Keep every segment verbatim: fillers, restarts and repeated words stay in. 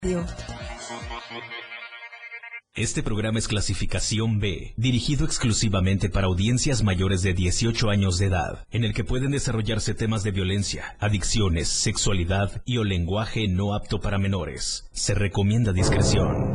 Este programa es clasificación B, dirigido exclusivamente para audiencias mayores de dieciocho años de edad, en el que pueden desarrollarse temas de violencia, adicciones, sexualidad y o lenguaje no apto para menores. Se recomienda discreción.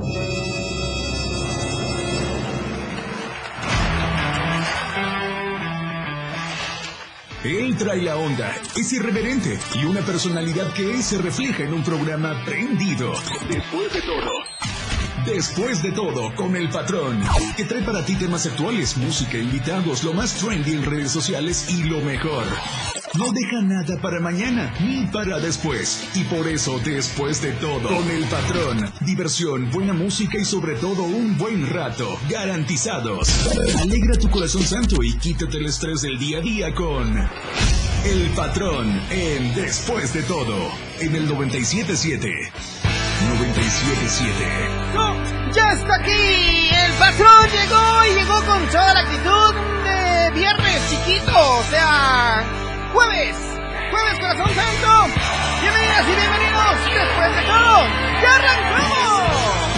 Él trae la onda, es irreverente y una personalidad que se refleja en un programa prendido. Después de todo. Después de todo, con El Patrón, que trae para ti temas actuales, música, invitados, lo más trendy en redes sociales y lo mejor. No deja nada para mañana, ni para después. Y por eso, después de todo, con El Patrón, diversión, buena música y sobre todo un buen rato, garantizados. Alegra tu corazón santo y quítate el estrés del día a día con El Patrón en Después de todo, en el noventa y siete siete. noventa y siete siete. ¡No! ¡Ya está aquí! El Patrón llegó y llegó con toda la actitud de viernes chiquito, o sea, jueves, jueves corazón santo. Bienvenidas y bienvenidos después de todo. ¡Ya arrancamos!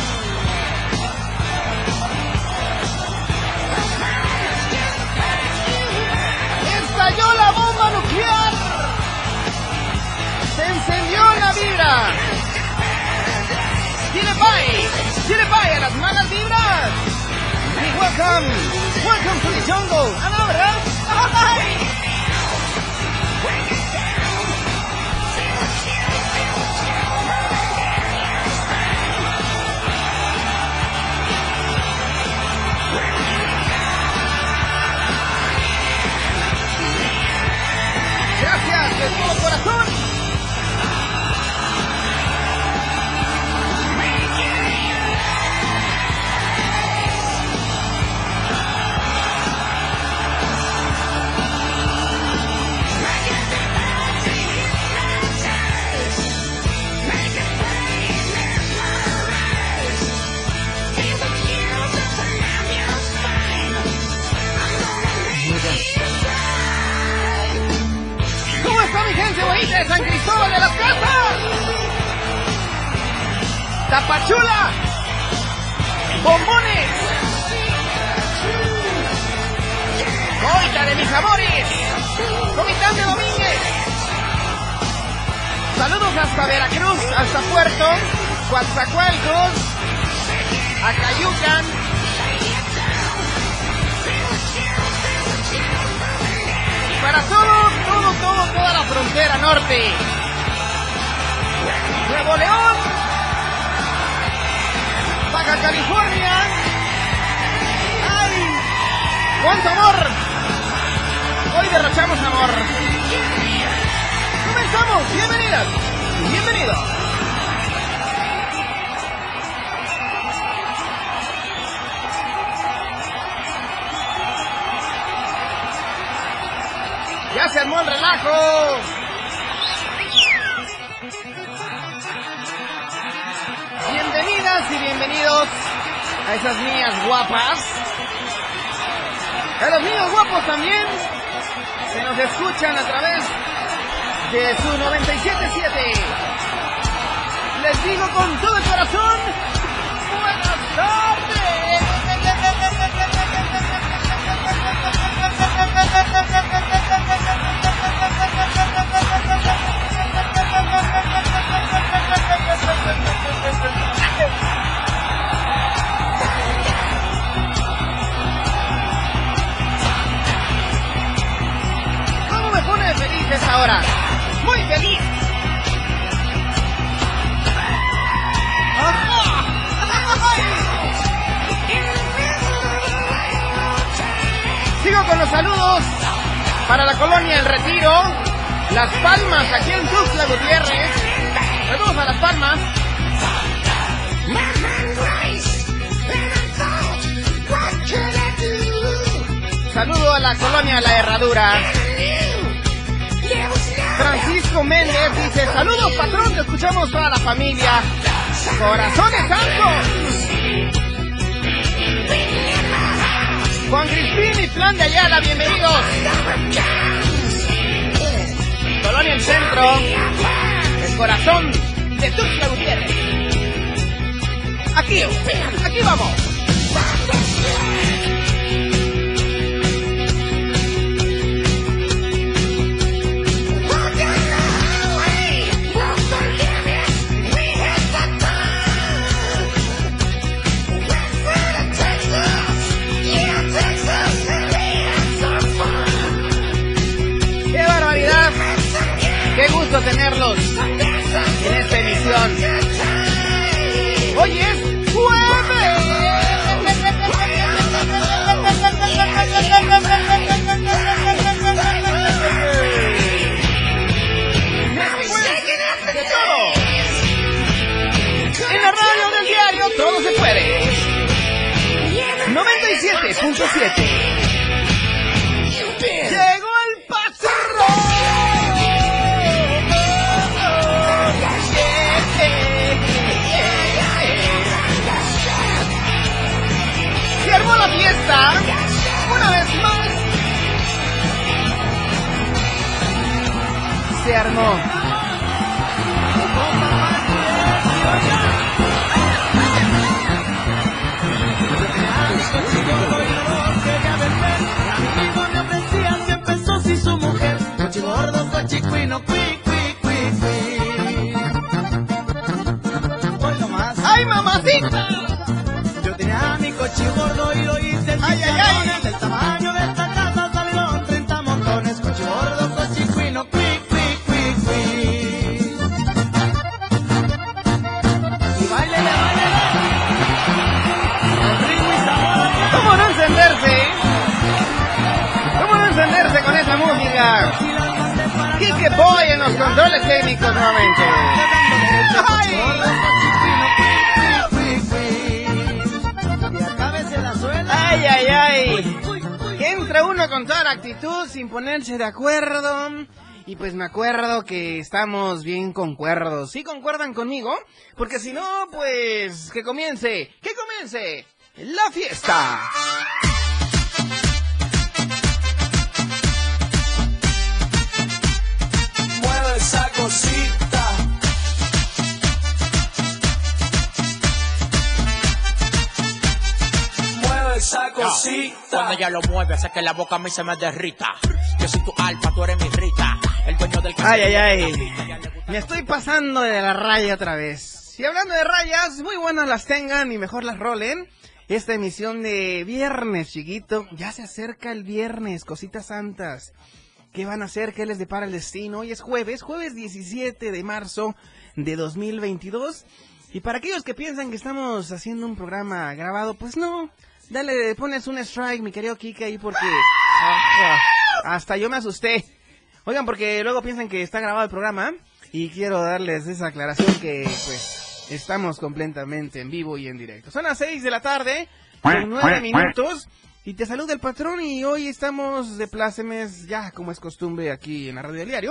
Estalló la bomba nuclear. Se encendió la vibra. Dile bye, dile bye a las malas vibras. Y welcome, welcome to the jungle. Ah, no, ¿verdad? Bye. Gracias de todo corazón. De San Cristóbal de las Casas, Tapachula, bombones, Coita de mis amores, Comitán de Domínguez. Saludos hasta Veracruz, hasta Puerto, Coatzacoalcos, Acayucan, para todo, todo, todo, toda la frontera norte. Nuevo León, Baja California. ¡Ay! ¡Cuánto amor! Hoy derrochamos amor. Comenzamos. Bienvenidas y bienvenidos. ¡Ya se armó el relajo! Bienvenidas y bienvenidos a esas niñas guapas, a los niños guapos también, que nos escuchan a través de su noventa y siete siete. Les digo con todo el corazón, ¡buenas tardes! ¿Cómo me pone feliz esta hora? Muy feliz. Sigo con los saludos para la colonia El Retiro, Las Palmas, aquí en Tuxtla Gutiérrez. Saludos a Las Palmas. Saludo a la colonia La Herradura. Francisco Méndez dice, saludos patrón, te escuchamos toda la familia. Corazones santos. Juan Crispín y Plan de Ayala, bienvenidos. Colonia El Centro, el corazón de Tuxtla Gutiérrez. Aquí, aquí vamos. ¡Qué barbaridad! ¡Qué gusto tenerlos en esta emisión! ¡Hoy es jueves! ¡De todo! En la radio del diario todo se puede. noventa y siete punto siete. Llegó el patrón. Se armó la fiesta una vez más. Se armó. Gordo, cochicuino, cui, cui, cui, cui. Hoy nomás. ¡Ay, mamacita! Yo tenía a mi cochi gordo y lo hice en ¡Ay, ay, ay! del tamaño de esta casa salieron treinta montones. Cochi gordo, cochicuino, cui, cui, cui, cui. Y bailele, bailele. Con ritmo y sabor. ¿Cómo no encenderse? ¿Cómo no encenderse con esa música? Kike Boy en los controles técnicos nuevamente. ¡Ay! ¡Ay, ay, ay! Entra uno con toda la actitud sin ponerse de acuerdo. Y pues me acuerdo que estamos bien concuerdos. ¿Sí concuerdan conmigo? Porque si no, pues que comience, que comience la fiesta. Esa cosita. Mueve esa cosita. Cuando ella lo mueve, hace que la boca a mí se me derrita. Yo soy tu alfa, tú eres mi Rita. El dueño del Ay, ay, ay. Me estoy pasando de la raya otra vez. Y hablando de rayas, muy buenas las tengan y mejor las rolen. Esta emisión de viernes, chiquito. Ya se acerca el viernes, cositas santas. ¿Qué van a hacer? ¿Qué les depara el destino? Hoy es jueves, jueves diecisiete de marzo de dos mil veintidós. Y para aquellos que piensan que estamos haciendo un programa grabado, pues no. Dale, pones un strike, mi querido Kike, ahí porque ah, hasta yo me asusté. Oigan, porque luego piensan que está grabado el programa y quiero darles esa aclaración que pues estamos completamente en vivo y en directo. Son las seis de la tarde, con nueve minutos. Y te saluda el patrón y hoy estamos de plácemes, ya como es costumbre aquí en la radio del diario.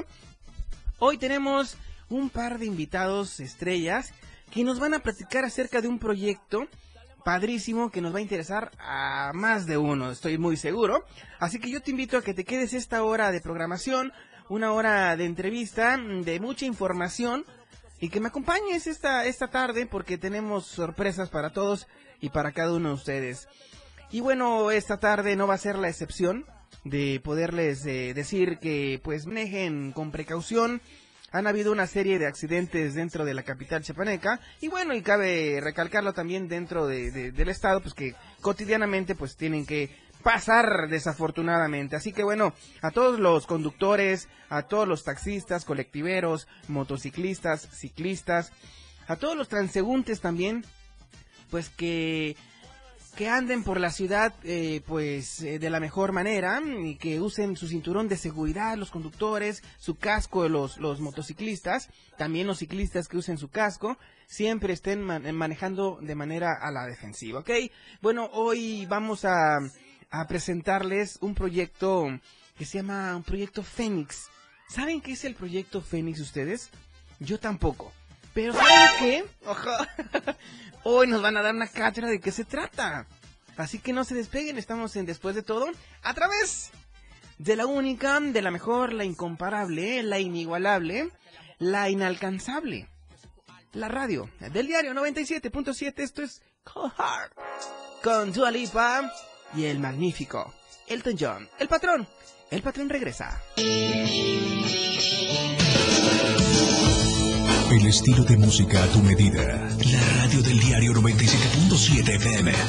Hoy tenemos un par de invitados estrellas que nos van a platicar acerca de un proyecto padrísimo que nos va a interesar a más de uno, estoy muy seguro. Así que yo te invito a que te quedes esta hora de programación, una hora de entrevista, de mucha información y que me acompañes esta, esta tarde porque tenemos sorpresas para todos y para cada uno de ustedes. Y bueno, esta tarde no va a ser la excepción de poderles eh, decir que pues manejen con precaución. Han habido una serie de accidentes dentro de la capital chiapaneca y bueno, y cabe recalcarlo también dentro de, de, del estado, pues que cotidianamente pues tienen que pasar desafortunadamente. Así que bueno, a todos los conductores, a todos los taxistas, colectiveros, motociclistas, ciclistas, a todos los transeúntes también, pues que... que anden por la ciudad eh, pues eh, de la mejor manera y que usen su cinturón de seguridad los conductores, su casco los, los motociclistas, también los ciclistas que usen su casco, siempre estén man manejando de manera a la defensiva, ¿ok? Bueno, hoy vamos a, a presentarles un proyecto que se llama un proyecto Fénix. ¿Saben qué es el proyecto Fénix ustedes? Yo tampoco. Pero ¿saben qué? Ojo. Hoy nos van a dar una cátedra de qué se trata. Así que no se despeguen, estamos en Después de Todo, a través de la única, de la mejor, la incomparable, la inigualable, la inalcanzable. la radio del diario noventa y siete punto siete. Esto es Cold Heart con Dua Lipa y el magnífico Elton John. El patrón, el patrón regresa. El estilo de música a tu medida. La radio del diario noventa y siete punto siete F M.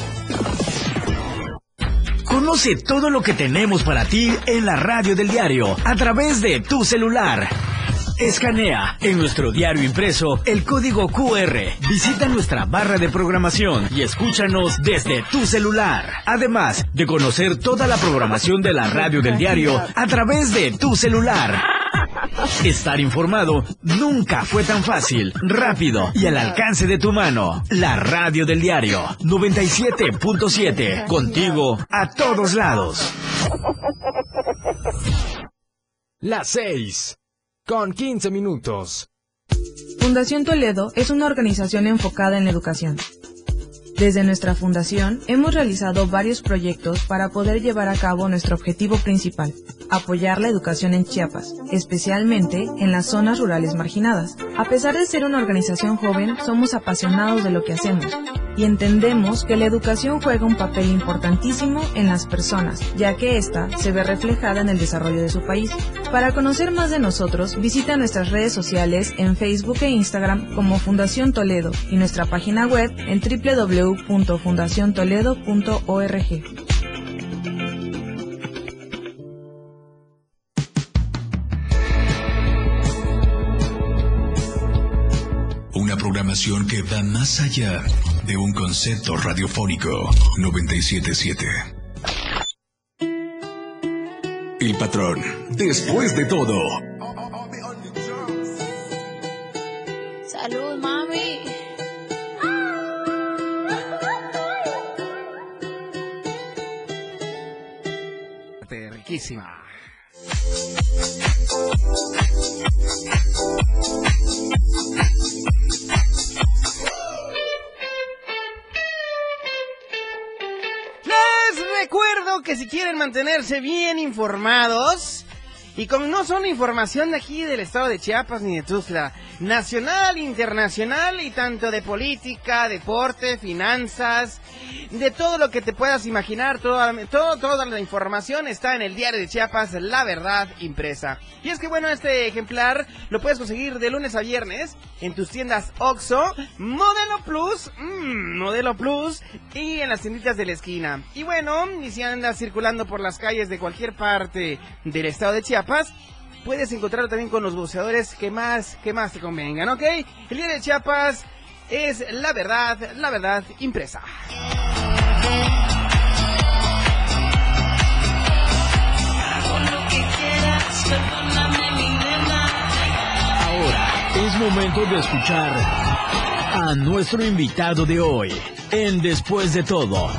Conoce todo lo que tenemos para ti en la radio del diario a través de tu celular. Escanea en nuestro diario impreso el código Q R. Visita nuestra barra de programación y escúchanos desde tu celular. Además de conocer toda la programación de la radio del diario a través de tu celular. Estar informado nunca fue tan fácil, rápido y al alcance de tu mano. La radio del diario noventa y siete punto siete. Contigo a todos lados. Las seis. Con quince minutos. Fundación Toledo es una organización enfocada en la educación. Desde nuestra fundación hemos realizado varios proyectos para poder llevar a cabo nuestro objetivo principal, apoyar la educación en Chiapas, especialmente en las zonas rurales marginadas. A pesar de ser una organización joven, somos apasionados de lo que hacemos y entendemos que la educación juega un papel importantísimo en las personas, ya que ésta se ve reflejada en el desarrollo de su país. Para conocer más de nosotros, visita nuestras redes sociales en Facebook e Instagram como Fundación Toledo y nuestra página web en doble u doble u doble u punto fundación toledo punto org. Una programación que va más allá de un concepto radiofónico. noventa y siete punto siete. El patrón, después de todo. Salud, mami. Riquísima. Les recuerdo que si quieren mantenerse bien informados, y como no son información de aquí del estado de Chiapas ni de Tuxtla, nacional, internacional y tanto de política, deporte, finanzas, de todo lo que te puedas imaginar, toda, todo, toda la información está en el diario de Chiapas, La Verdad Impresa. Y es que bueno, este ejemplar lo puedes conseguir de lunes a viernes en tus tiendas Oxxo, Modelo Plus, mmm, Modelo Plus, y en las tienditas de la esquina. Y bueno, y si andas circulando por las calles de cualquier parte del estado de Chiapas, puedes encontrarlo también con los buceadores que más, que más te convengan, ¿ok? El diario de Chiapas es La Verdad, La Verdad Impresa. Ahora es momento de escuchar a nuestro invitado de hoy en Después de Todo.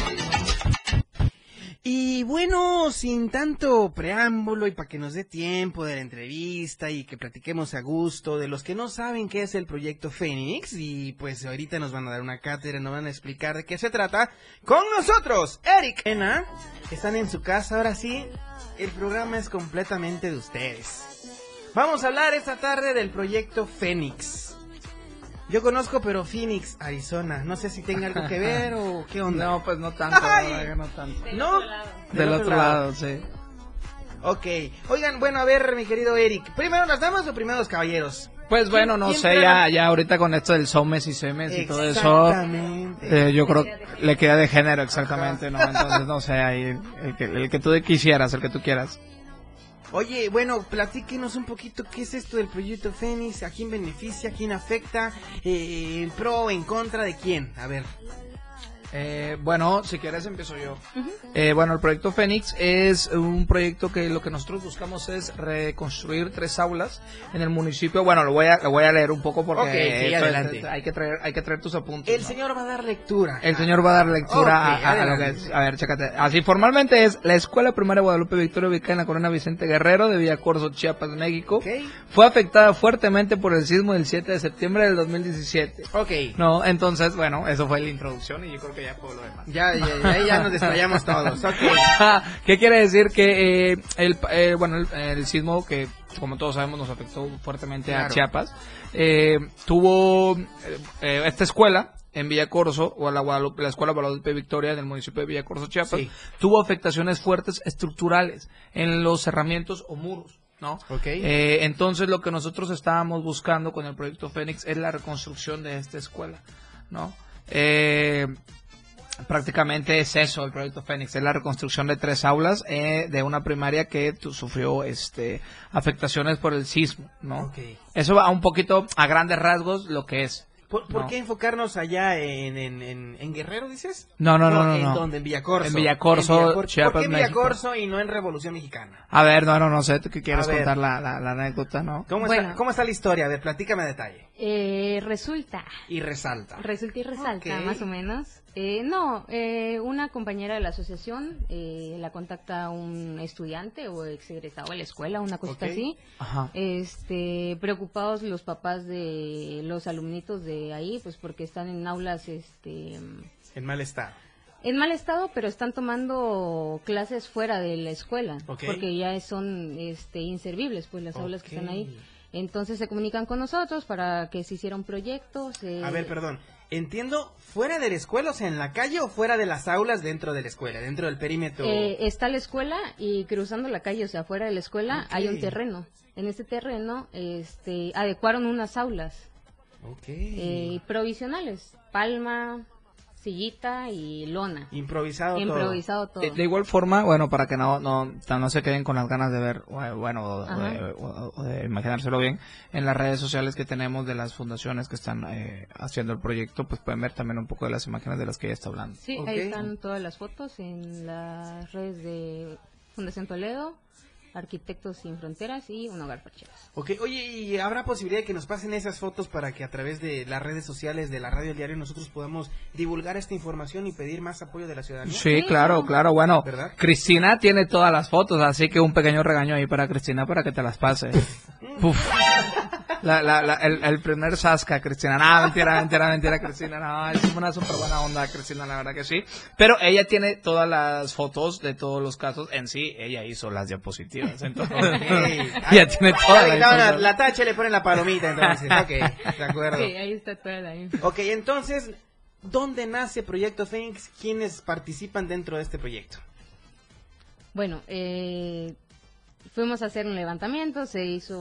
Y bueno, sin tanto preámbulo y para que nos dé tiempo de la entrevista y que platiquemos a gusto de los que no saben qué es el proyecto Fénix, y pues ahorita nos van a dar una cátedra, nos van a explicar de qué se trata, con nosotros, Eric, Ena, están en su casa, ahora sí, el programa es completamente de ustedes. Vamos a hablar esta tarde del proyecto Fénix. Yo conozco, pero Phoenix, Arizona. No sé si tenga algo que ver o qué onda. No, pues no tanto. No, no tanto. ¿No? Del, Del otro, otro lado, lado, sí. Ok. Oigan, bueno, a ver, mi querido Eric. ¿Primero las damas o primero los caballeros? Pues bueno, no sé, ya, ya ahorita con esto del Somes y Semes y todo eso. Exactamente. Eh, yo creo que le queda de género, exactamente, ¿no? Entonces, no sé, ahí el que, el que tú quisieras, el que tú quieras. Oye, bueno, platíquenos un poquito qué es esto del proyecto Fénix, a quién beneficia, a quién afecta, eh, en pro, en contra de quién, a ver. Eh, bueno, si quieres empiezo yo. Uh-huh. Eh, bueno, el proyecto Fénix es un proyecto que lo que nosotros buscamos es reconstruir tres aulas en el municipio. Bueno, lo voy a, lo voy a leer un poco porque okay, sí, adelante. Es, hay que traer, hay que traer tus apuntes. El ¿no? señor va a dar lectura. El señor va a dar lectura okay, a, a, a lo que es. A ver, chécate. Así formalmente es la Escuela Primaria Guadalupe Victoria, ubicada en la Colonia Vicente Guerrero de Villacorso, Chiapas, México. Okay. Fue afectada fuertemente por el sismo del siete de septiembre del dos mil diecisiete. Ok. No, entonces, bueno, eso fue la introducción y yo creo que ya puedo lo demás. Ya, ya, ya, ya nos desplayamos todos. Okay. ¿Qué quiere decir? Que eh, el, eh, bueno, el, el sismo que, como todos sabemos, nos afectó fuertemente Claro. a Chiapas, eh, tuvo eh, esta escuela en Villacorso, o la, Guadalupe, la Escuela Guadalupe Victoria del municipio de Villacorso, Chiapas, Sí. tuvo afectaciones fuertes estructurales en los cerramientos o muros, ¿no? Ok. Eh, entonces lo que nosotros estábamos buscando con el proyecto Fénix es la reconstrucción de esta escuela, ¿no? Eh, prácticamente es eso el proyecto Fénix, es la reconstrucción de tres aulas eh, de una primaria que tu, sufrió este afectaciones por el sismo, ¿no? Ok. Eso va un poquito a grandes rasgos lo que es. ¿Por, por No. qué enfocarnos allá en, en, en, en Guerrero, dices? No, no, no, no, ¿En no. dónde? En Villacorso. En Villacorso, En Villacor- Chiapas, ¿Por qué en México? Villacorso y no en Revolución Mexicana? A ver, no, no, no sé, tú qué quieres A ver. contar la, la, la anécdota, ¿no? ¿Cómo, Bueno. está, ¿Cómo está la historia? A ver, platícame a detalle. Eh, resulta, Y resalta. resulta y resalta, Ok. más o menos. Eh, no, eh, una compañera de la asociación eh, la contacta un estudiante o ex egresado de la escuela, una cosita Ok. así. Ajá. Este, preocupados los papás de los alumnitos de ahí, pues porque están en aulas, este, En mal estado. en mal estado, pero están tomando clases fuera de la escuela, Ok. porque ya son, este, inservibles, pues las aulas que Ok. están ahí. Entonces se comunican con nosotros para que se hiciera un proyecto. se- A ver, perdón. Entiendo, ¿fuera de la escuela, o sea, en la calle o fuera de las aulas dentro de la escuela, dentro del perímetro? Eh, está la escuela y cruzando la calle, o sea, afuera de la escuela, Ok. hay un terreno. En este terreno, este, adecuaron unas aulas Ok. eh, provisionales, palma, sillita y lona. Improvisado, Improvisado todo. De, de igual forma, bueno, para que no, no, no se queden con las ganas de ver, o, bueno, o, Ajá. o de, o- o de imaginárselo bien, en las redes sociales que tenemos de las fundaciones que están eh, haciendo el proyecto, pues pueden ver también un poco de las imágenes de las que ella está hablando. Sí, Ok. ahí están todas las fotos en las redes de Fundación Toledo, Arquitectos Sin Fronteras y Un Hogar para Chiapas. Ok, oye, ¿y habrá posibilidad de que nos pasen esas fotos para que a través de las redes sociales de la radio del diario nosotros podamos divulgar esta información y pedir más apoyo de la ciudadanía? Sí, claro, claro, bueno, ¿Verdad? Cristina tiene todas las fotos, así que un pequeño regaño ahí para Cristina para que te las pase. Uf. La, la, la, el, el primer Sasca, Cristina. No, mentira, mentira, mentira, Cristina. No, es una súper buena onda, Cristina, la verdad que sí. Pero ella tiene todas las fotos de todos los casos. En sí, ella hizo las diapositivas. Entonces, ella tiene toda Ya le la quitaron la, información. la tacha y le ponen la palomita, entonces. Ok, de acuerdo. Sí, ahí está toda la info. Ok, entonces, ¿dónde nace Proyecto Fénix? ¿Quiénes participan dentro de este proyecto? Bueno, eh, fuimos a hacer un levantamiento, se hizo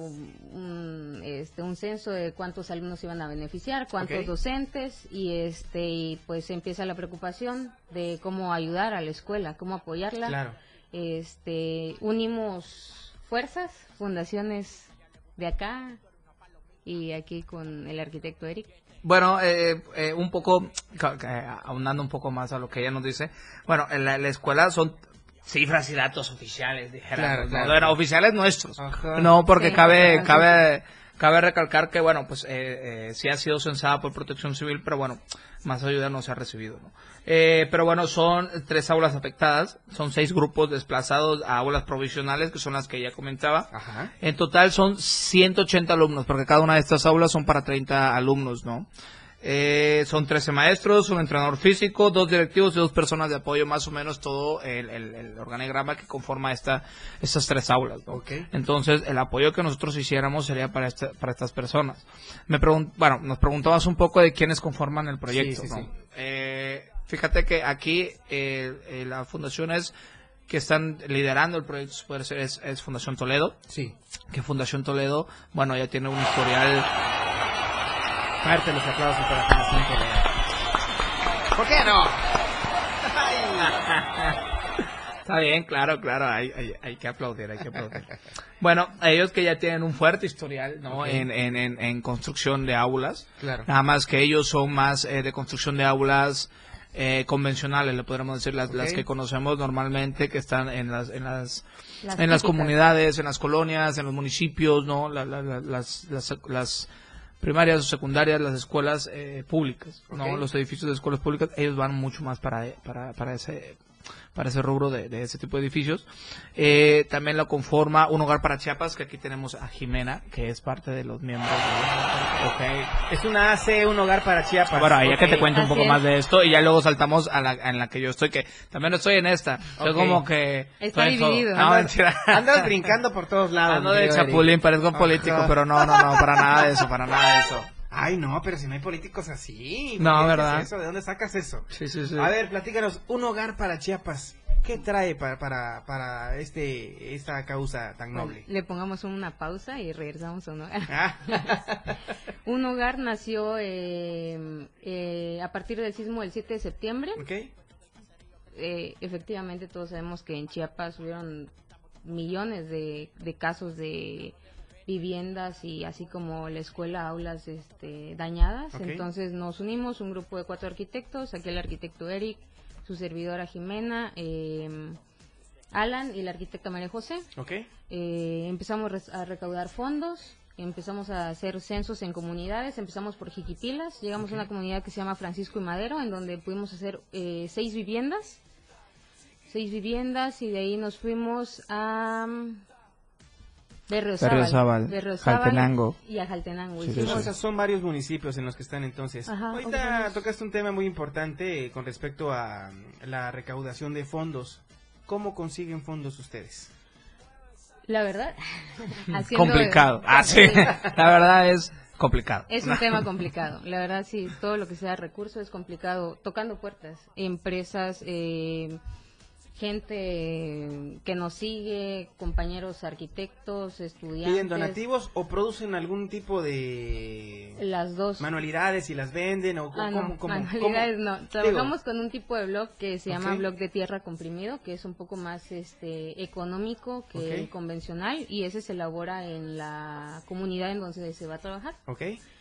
un, este, un censo de cuántos alumnos iban a beneficiar, cuántos Ok. docentes, y este y pues empieza la preocupación de cómo ayudar a la escuela, cómo apoyarla. Claro. Este, unimos fuerzas, fundaciones de acá y aquí con el arquitecto Eric. Bueno, eh, eh, un poco, ca- ca- aunando un poco más a lo que ella nos dice. Bueno, en la, la escuela son cifras y datos oficiales, dijéramos, Claro, ¿no? claro. Bueno, oficiales nuestros. Ajá. No, porque Sí, cabe, ajá, sí. cabe, cabe recalcar que, bueno, pues eh, eh, sí ha sido censada por Protección Civil, pero bueno, más ayuda no se ha recibido, ¿no? Eh, pero bueno, son tres aulas afectadas, son seis grupos desplazados a aulas provisionales, que son las que ella comentaba. Ajá. En total son ciento ochenta alumnos, porque cada una de estas aulas son para treinta alumnos, ¿no? Eh, son trece maestros, un entrenador físico, dos directivos y dos personas de apoyo, más o menos todo el, el, el organigrama que conforma esta, estas tres aulas, ¿no? Ok. Entonces, el apoyo que nosotros hiciéramos sería para este, para estas personas. Me pregun- bueno, nos preguntabas un poco de quiénes conforman el proyecto, Sí, sí, ¿no? sí. Eh, fíjate que aquí eh, eh, la fundación es que están liderando el proyecto puede ser, es, es Fundación Toledo. Sí. Que Fundación Toledo, bueno, ya tiene un historial. Fuerte los aplausos para Fundación Toledo. ¿Por qué no? Está bien, claro, claro, hay, hay, hay que aplaudir, hay que aplaudir. Bueno, ellos que ya tienen un fuerte historial, ¿no? Ok. En, en, en, en construcción de aulas. Claro. Nada más que ellos son más eh, de construcción de aulas eh, convencionales, le podríamos decir, las, Ok. las que conocemos normalmente, que están en las, en las, Las en las típicas. comunidades, en las colonias, en los municipios, ¿no? La- la- la- las, las, las primarias o secundarias, las escuelas eh, públicas, ¿no? Ok. Los edificios de escuelas públicas, ellos van mucho más para, para, para ese para ese rubro de, de ese tipo de edificios. Eh, también lo conforma Un Hogar para Chiapas, que aquí tenemos a Jimena, que es parte de los miembros de... Okay. Es una A C, Un Hogar para Chiapas. Bueno, ahí ya okay. que te cuento un Así poco es. más de esto y ya luego saltamos a la en la que yo estoy, que también estoy en esta. Soy Okay. como que... Está estoy en todo. dividido. No, Andas, mentira. andas brincando por todos lados. Ando mi de querido Eric. chapulín, parezco Ajá. político, pero no, no, no, para nada de eso, para nada de eso. Ay, no, pero si no hay políticos así. No, ¿qué ¿verdad? es eso? ¿De dónde sacas eso? Sí, sí, sí. A ver, platícanos, Un Hogar para Chiapas. ¿Qué trae para, para, para este esta causa tan noble? Le pongamos una pausa y regresamos a un hogar. Ah. Un Hogar nació eh, eh, a partir del sismo del siete de septiembre. Okay. Eh, efectivamente, todos sabemos que en Chiapas hubieron millones de, de casos de viviendas y así como la escuela, aulas este, dañadas. Okay. Entonces nos unimos, un grupo de cuatro arquitectos, aquí el arquitecto Eric, su servidora Jimena, eh, Alan y la arquitecta María José. Okay. Eh, empezamos res- a recaudar fondos, empezamos a hacer censos en comunidades, empezamos por Jiquipilas, llegamos Okay. a una comunidad que se llama Francisco y Madero, en donde pudimos hacer eh, seis viviendas, seis viviendas y de ahí nos fuimos a mm, Berriozábal, Berriozábal, Berriozábal Jaltenango. y a Jaltenango. Sí, sí, Hicimos- O sea, son varios municipios en los que están entonces. Ajá, Ahorita ocupamos- tocaste un tema muy importante eh, con respecto a mm, la recaudación de fondos. ¿Cómo consiguen fondos ustedes? La verdad, haciendo- Complicado. Ah, sí. La verdad es complicado. Es un tema complicado, la verdad sí, todo lo que sea recurso es complicado, tocando puertas, empresas, eh, gente que nos sigue, compañeros arquitectos, estudiantes. ¿Piden donativos o producen algún tipo de Las dos. manualidades y las venden? o Ah, cómo, no, cómo- manualidades cómo? no. Trabajamos con un tipo de blog que se llama Ok. blog de tierra comprimido, que es un poco más este económico que Ok. el convencional y ese se elabora en la comunidad en donde se va a trabajar. Ok.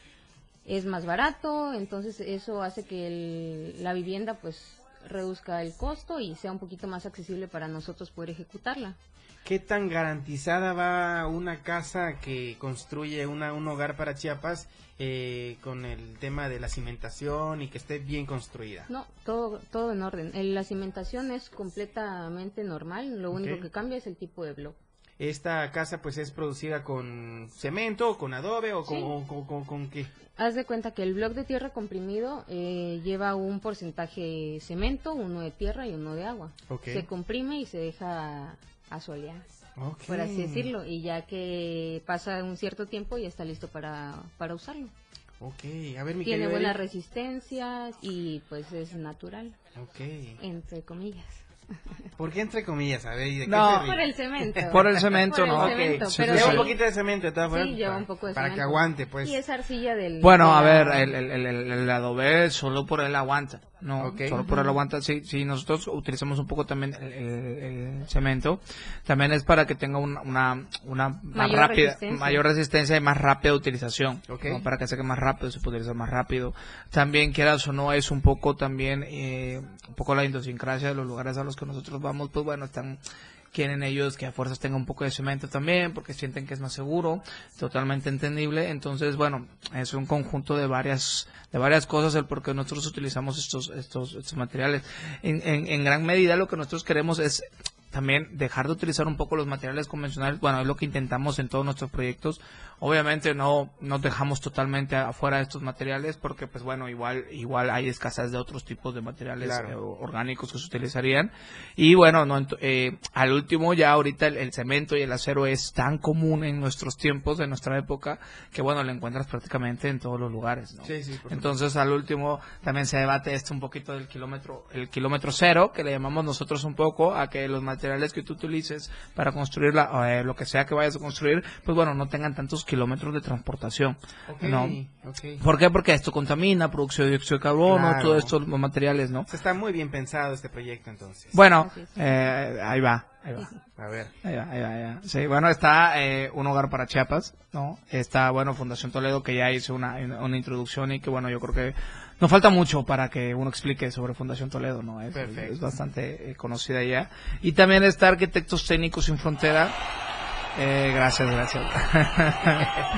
Es más barato, entonces eso hace que el- la vivienda pues reduzca el costo y sea un poquito más accesible para nosotros poder ejecutarla. ¿Qué tan garantizada va una casa que construye una, un hogar para Chiapas eh, con el tema de la cimentación y que esté bien construida? No, todo todo en orden. El- La cimentación es completamente normal, lo único Ok. que cambia es el tipo de blog. Esta casa pues es producida con cemento, o con adobe o con, Sí. o con, con- con qué. Haz de cuenta que el blog de tierra comprimido eh, lleva un porcentaje cemento, uno de tierra y uno de agua. Ok. Se comprime y se deja asolear, Ok. por así decirlo, y ya que pasa un cierto tiempo ya está listo para, para usarlo. Ok, a ver mi Tiene querido buena Eric. resistencia y pues es natural, Ok. entre comillas. ¿Por qué entre comillas? A ver, ¿y de qué No. se Por ríe? el cemento. Por el cemento, Por el ¿no? Ok. cemento, Sí, pero sí, Lleva sí. un poquito de cemento, de todas formas, Sí, lleva para- un poco de Para cemento. que aguante, pues. Y es arcilla del... Bueno, de a la- ver, el, el, el, el- el adobe solo por él aguanta, ¿no? Ok. Solo por él aguanta. Sí, sí, nosotros utilizamos un poco también el, el- el cemento. También es para que tenga una, una, una más Mayor rápida, resistencia. mayor resistencia y más rápida utilización. Ok. ¿no? Para que se quede más rápido, se puede utilizar más rápido. También, quieras o no, es un poco también, eh, un poco la idiosincrasia de los lugares a los que nosotros vamos, pues bueno, están... quieren ellos que a fuerzas tenga un poco de cemento también, porque sienten que es más seguro, totalmente entendible. Entonces, bueno, es un conjunto de varias de varias cosas el por qué nosotros utilizamos estos estos, estos materiales. En, en, en gran medida lo que nosotros queremos es también dejar de utilizar un poco los materiales convencionales. Bueno, es lo que intentamos en todos nuestros proyectos. Obviamente no nos dejamos totalmente afuera de estos materiales porque, pues bueno, igual igual hay escasez de otros tipos de materiales Claro. eh, orgánicos que se utilizarían. Y bueno, no ent- eh, al último ya ahorita el, el cemento y el acero es tan común en nuestros tiempos, en nuestra época, que bueno, lo encuentras prácticamente en todos los lugares, ¿no? Sí, sí, por supuesto. Entonces al último también se debate esto un poquito del kilómetro, el kilómetro cero, que le llamamos nosotros un poco, a que los materiales que tú utilices para construir la, eh, lo que sea que vayas a construir, pues bueno, no tengan tantos kilómetros de transportación, Ok, ¿no? ok. ¿Por qué? Porque esto contamina, producción de dióxido de carbono, Claro. todos estos materiales, ¿no? O sea, está muy bien pensado este proyecto entonces. Bueno, Así es. eh, ahí va, ahí va. A ver. Ahí va, ahí va, ahí va. Sí, bueno, está eh, Un Hogar para Chiapas, ¿no? Está, bueno, Fundación Toledo, que ya hizo una, una introducción y que, bueno, yo creo que nos falta mucho para que uno explique sobre Fundación Toledo, ¿no? Es, Perfecto. es bastante eh, conocida ya. Y también está Arquitectos Técnicos Sin Frontera. Eh, gracias, gracias.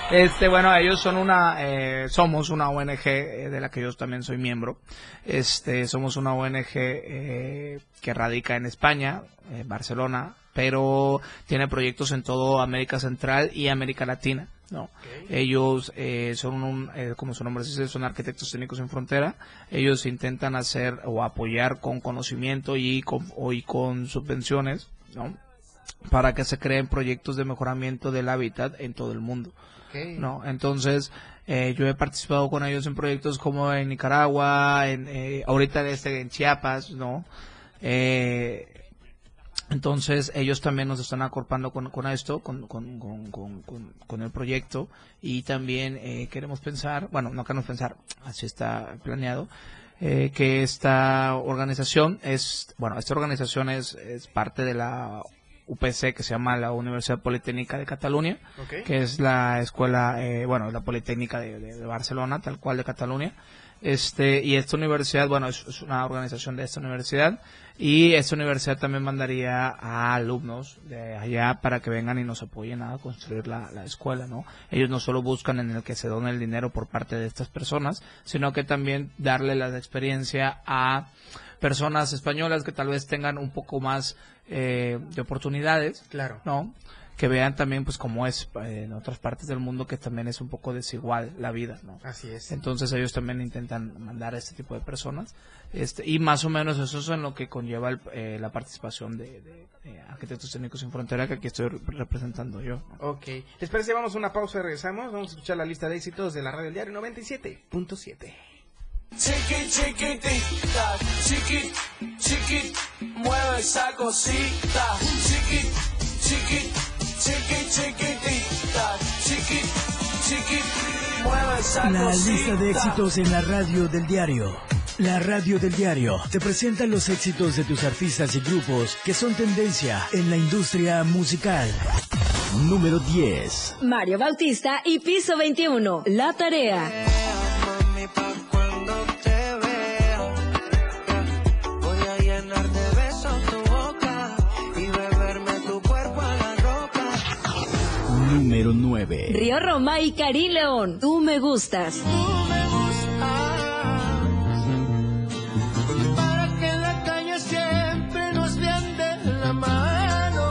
Este, bueno, ellos son una, eh, somos una O N G eh, de la que yo también soy miembro. Este, somos una O N G eh, que radica en España, en Barcelona, pero tiene proyectos en toda América Central y América Latina. No, okay. Ellos eh, son un, eh, como su nombre dice, son arquitectos técnicos sin frontera. Ellos intentan hacer o apoyar con conocimiento y con, o, y con subvenciones, ¿no? Para que se creen proyectos de mejoramiento del hábitat en todo el mundo. Okay. No, entonces eh, yo he participado con ellos en proyectos como en Nicaragua, en eh, ahorita este en Chiapas, ¿no? Eh, Entonces ellos también nos están acorpando con, con esto, con, con, con, con, con, con el proyecto, y también eh, queremos pensar, bueno, no queremos pensar, así está planeado, eh, que esta organización es, bueno, esta organización es, es parte de la U P C, que se llama la Universidad Politécnica de Cataluña, okay. Que es la escuela, eh, bueno, la Politécnica de, de, de Barcelona, tal cual de Cataluña. Este, y esta universidad, bueno, es, es una organización de esta universidad, y esta universidad también mandaría a alumnos de allá para que vengan y nos apoyen a construir la, la escuela, ¿no? Ellos no solo buscan en el que se done el dinero por parte de estas personas, sino que también darle la experiencia a personas españolas que tal vez tengan un poco más eh, de oportunidades, claro, ¿no? Que vean también pues cómo es eh, en otras partes del mundo, que también es un poco desigual la vida, ¿no? Así es. Entonces ellos también intentan mandar a este tipo de personas, este y más o menos eso es en lo que conlleva el, eh, la participación de, de, de Arquitectos Técnicos Sin Frontera, que aquí estoy representando yo, ¿no? Ok, les parece, vamos a una pausa y regresamos. Vamos a escuchar la lista de éxitos de la Radio del Diario noventa y siete punto siete. Chiqui, chiquitita, chiqui, chiqui, mueve esa cosita, chiqui, chiqui, chiqui, chiquitita, chiqui, chiqui, mueve esa La cosita. lista de éxitos en la Radio del Diario. La Radio del Diario te presenta los éxitos de tus artistas y grupos que son tendencia en la industria musical. Número diez. Mario Bautista y Piso veintiuno, La Tarea. Número nueve. Río Roma y Karim León, Tú me gustas. Tú me gustas, para que en la calle siempre nos vean de la mano.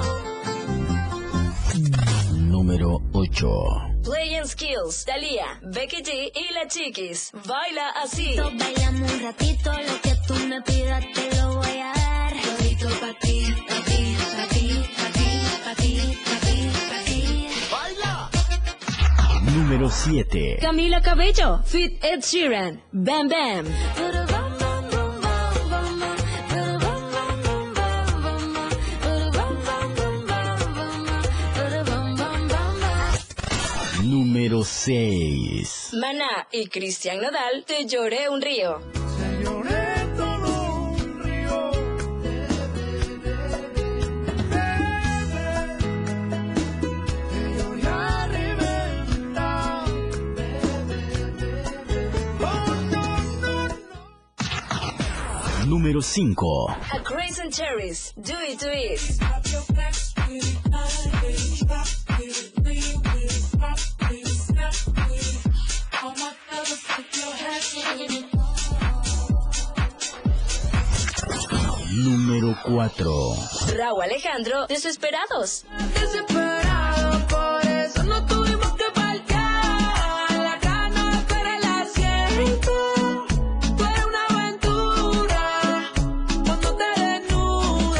Número ocho. Play and Skills, Thalía, Becky G y La Chiquis, Baila Así. Bailamos un ratito, lo que tú me pidas te lo voy a dar. Todito pa' ti, pa' ti, pa' ti, pa' ti, pa' ti, pa' ti, pa' ti. ¡Baila! Número siete. Camila Cabello, Fit Ed Sheeran, Bam Bam. Número seis. Maná y Cristian Nodal, Te lloré un río. Te lloré todo un río. Que yo ya reventar. Oh, no, no, no. Número cinco. A Grace and Cherries, Do It To It. Número cuatro. Raúl Alejandro, Desesperados. Desesperado, por eso no tuvimos que parquear. La gana, pero el asiento. Tú eres una aventura cuando te desnudas.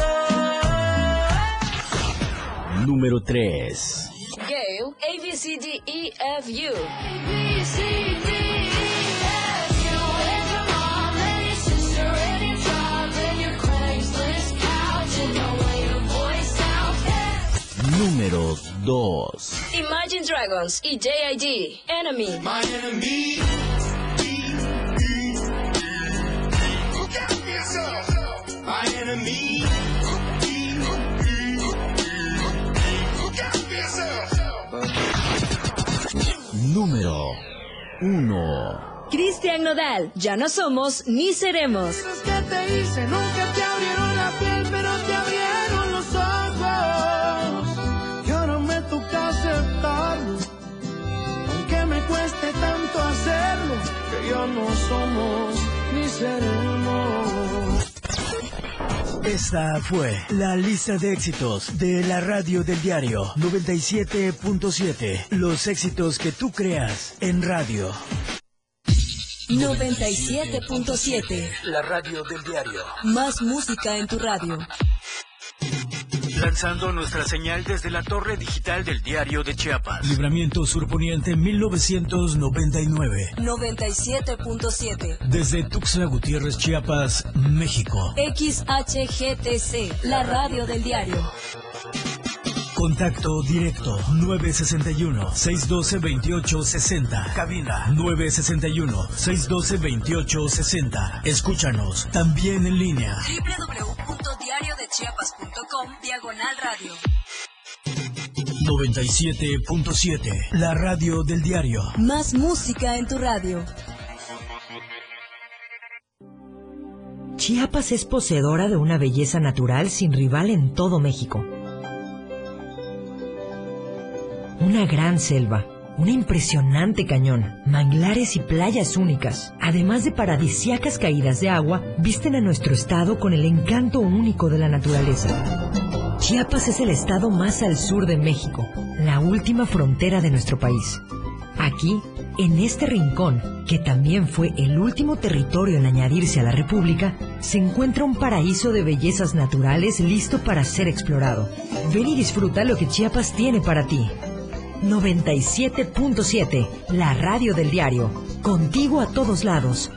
Número tres. Gale, A B C D E F U. A B C D E F U. And your mom and your sister and your job and your Craigslist couch and the way your voice sounds. Número dos. Imagine Dragons y J I D, Enemy. My enemy. Look out for yourself. My enemy. Look out for yourself. Número uno. Cristian Nodal, Ya no somos ni seremos. Los que te hice nunca te abrieron la piel, pero te abrieron los ojos. Y ahora me toca aceptarlo. seremos, ni seremos. Esta fue la lista de éxitos de la radio del diario noventa y siete punto siete. Los éxitos que tú creas en radio. noventa y siete punto siete. La radio del diario. Más música en tu radio. Lanzando nuestra señal desde la torre digital del diario de Chiapas. Libramiento Surponiente mil novecientos noventa y nueve. noventa y siete punto siete. Desde Tuxtla Gutiérrez, Chiapas, México. X H G T C, la radio del diario. Contacto directo nueve sesenta y uno, seiscientos doce, veintiocho sesenta. Cabina nueve sesenta y uno, seiscientos doce, veintiocho sesenta. Escúchanos también en línea. doble u doble u doble u punto diario de chiapas punto com diagonal radio. noventa y siete punto siete. La radio del diario. Más música en tu radio. Chiapas es poseedora de una belleza natural sin rival en todo México. Una gran selva, un impresionante cañón, manglares y playas únicas, además de paradisíacas caídas de agua, visten a nuestro estado con el encanto único de la naturaleza. Chiapas es el estado más al sur de México, la última frontera de nuestro país. Aquí, en este rincón, que también fue el último territorio en añadirse a la República, se encuentra un paraíso de bellezas naturales listo para ser explorado. Ven y disfruta lo que Chiapas tiene para ti. noventa y siete punto siete, la radio del diario, contigo a todos lados.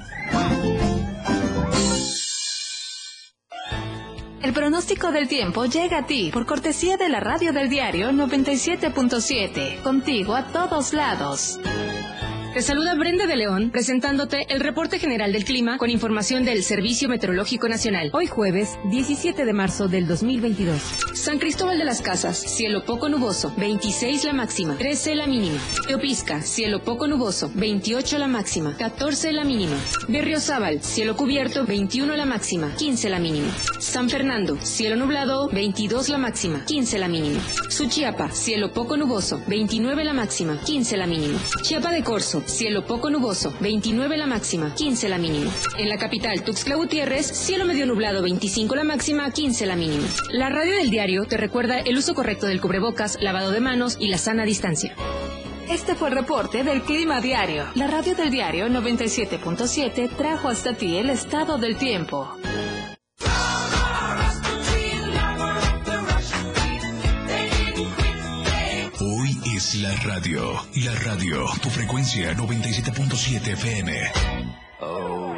El pronóstico del tiempo llega a ti por cortesía de la radio del diario noventa y siete punto siete, contigo a todos lados. Te saluda Brenda de León, presentándote el reporte general del clima con información del Servicio Meteorológico Nacional. Hoy jueves, diecisiete de marzo del dos mil veintidós. San Cristóbal de las Casas, cielo poco nuboso, veintiséis la máxima, trece la mínima. Teopisca, cielo poco nuboso, veintiocho la máxima, catorce la mínima. Berriozábal, cielo cubierto, veintiuno la máxima, quince la mínima. San Fernando, cielo nublado, veintidós la máxima, quince la mínima. Suchiapa, cielo poco nuboso, veintinueve la máxima, quince la mínima. Chiapa de Corzo, cielo poco nuboso, veintinueve la máxima, quince la mínima. En la capital Tuxtla Gutiérrez, cielo medio nublado, veinticinco la máxima, quince la mínima. La radio del diario te recuerda el uso correcto del cubrebocas, lavado de manos y la sana distancia. Este fue el reporte del Clima Diario. La radio del diario noventa y siete punto siete trajo hasta ti el estado del tiempo. Hoy es la radio, la radio, tu frecuencia noventa y siete punto siete F M. Oh.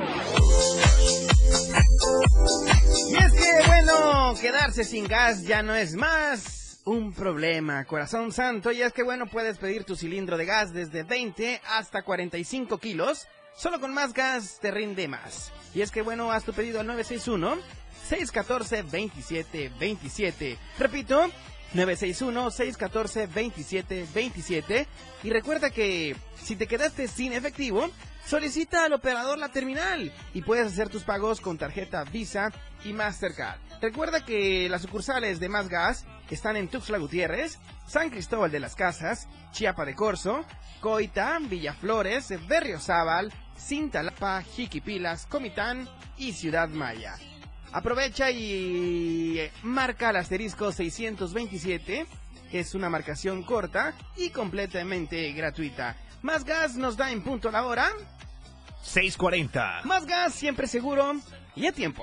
Y es que bueno, quedarse sin gas ya no es más un problema, corazón santo. Y es que bueno, puedes pedir tu cilindro de gas desde veinte hasta cuarenta y cinco kilos. Solo con Más Gas te rinde más. Y es que bueno, haz tu pedido al nueve seis uno, seis uno cuatro, dos siete dos siete. Repito, nueve seis uno, seis uno cuatro, dos siete dos siete. Y recuerda que si te quedaste sin efectivo, solicita al operador la terminal y puedes hacer tus pagos con tarjeta Visa y Mastercard. Recuerda que las sucursales de Más Gas están en Tuxtla Gutiérrez, San Cristóbal de las Casas, Chiapa de Corzo, Coita, Villaflores, Berriozábal, Cintalapa, Jiquipilas, Comitán y Ciudad Maya. Aprovecha y marca el asterisco seiscientos veintisiete, que es una marcación corta y completamente gratuita. Más Gas nos da en punto la hora seis cuarenta. Más Gas, siempre seguro y a tiempo.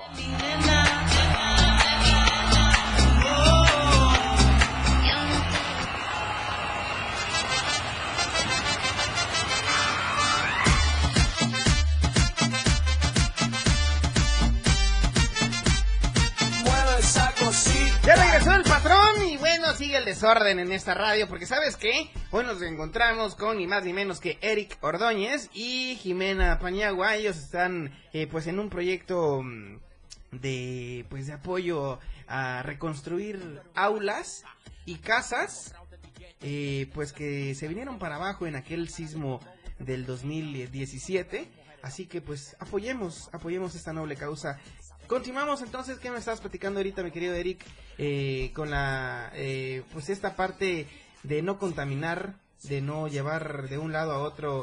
Ya regresó el patrón y bueno, sigue el desorden en esta radio porque ¿sabes qué? Hoy nos encontramos con ni más ni menos que Eric Ordóñez y Jimena Paniagua. Ellos están eh, pues en un proyecto de pues de apoyo a reconstruir aulas y casas eh, pues que se vinieron para abajo en aquel sismo del dos mil diecisiete. Así que pues apoyemos, apoyemos esta noble causa. Continuamos entonces, ¿qué me estabas platicando ahorita, mi querido Eric? Eh, con la, eh, pues esta parte de no contaminar, de no llevar de un lado a otro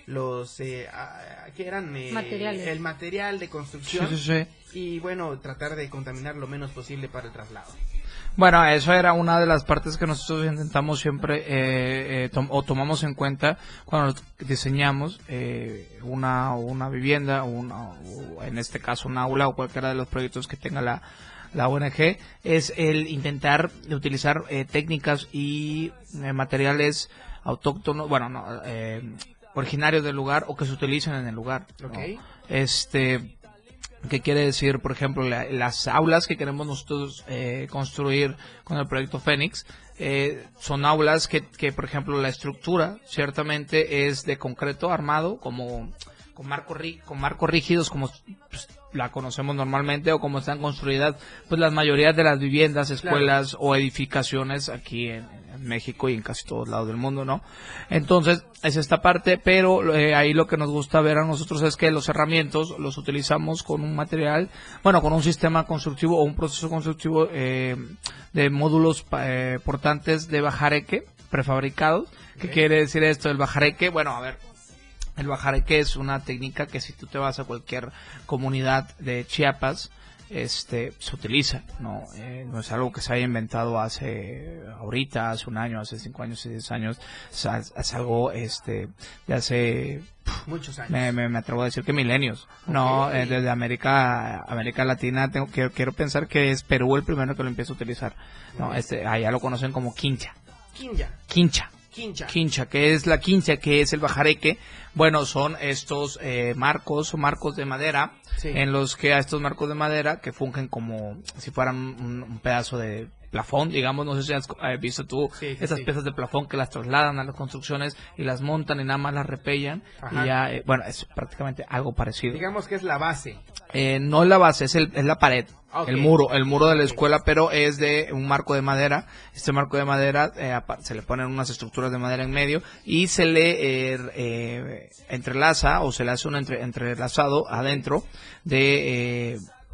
los eh, ah, que eran eh, Materiales. el material de construcción Sí, sí, sí. y bueno, tratar de contaminar lo menos posible para el traslado. Bueno, eso era una de las partes que nosotros intentamos siempre eh, eh, tom o tomamos en cuenta cuando diseñamos eh, una, una vivienda, una, o en este caso un aula o cualquiera de los proyectos que tenga la, la O N G, es el intentar utilizar eh, técnicas y eh, materiales autóctonos, bueno, no, eh, originarios del lugar o que se utilicen en el lugar, ¿no? Okay. Este... ¿Qué quiere decir? Por ejemplo, la, las aulas que queremos nosotros eh, construir con el proyecto Fénix eh, son aulas que, que, por ejemplo, la estructura ciertamente es de concreto armado, como con marcos con marcos rígidos, como pues, la conocemos normalmente, o como están construidas pues las mayorías de las viviendas, escuelas claro. o edificaciones aquí en, en México y en casi todos lados del mundo, ¿no? Entonces, es esta parte, pero eh, ahí lo que nos gusta ver a nosotros es que los herramientas los utilizamos con un material, bueno, con un sistema constructivo o un proceso constructivo eh, de módulos eh, portantes de bajareque prefabricados. ¿Qué okay. quiere decir esto del bajareque? Bueno, a ver, el bajareque es una técnica que si tú te vas a cualquier comunidad de Chiapas, este, se utiliza, no, eh, no es algo que se haya inventado hace, ahorita, hace un año, hace cinco años, hace diez años, es, es algo, este, de hace, muchos años. Me, me, me atrevo a decir que milenios, okay. no, eh, desde América, América Latina, tengo, quiero, quiero pensar que es Perú el primero que lo empieza a utilizar, no, okay. este, allá lo conocen como quincha. Quincha. Quincha. Quincha. Quincha, que es la quincha, que es el bajareque. Bueno, son estos eh, marcos o marcos de madera, sí. en los que a estos marcos de madera que fungen como si fueran un, un pedazo de plafón, digamos, no sé si has eh, visto tú sí, sí, esas sí. piezas de plafón que las trasladan a las construcciones y las montan y nada más las repellan. Ajá. Y ya, eh, bueno, es prácticamente algo parecido. Digamos que es la base. Eh, no es la base, es, el, es la pared. Okay. El muro, el muro de la okay. escuela, pero es de un marco de madera. Este marco de madera eh, se le ponen unas estructuras de madera en medio y se le eh, eh, entrelaza o se le hace un entre, entrelazado adentro de eh,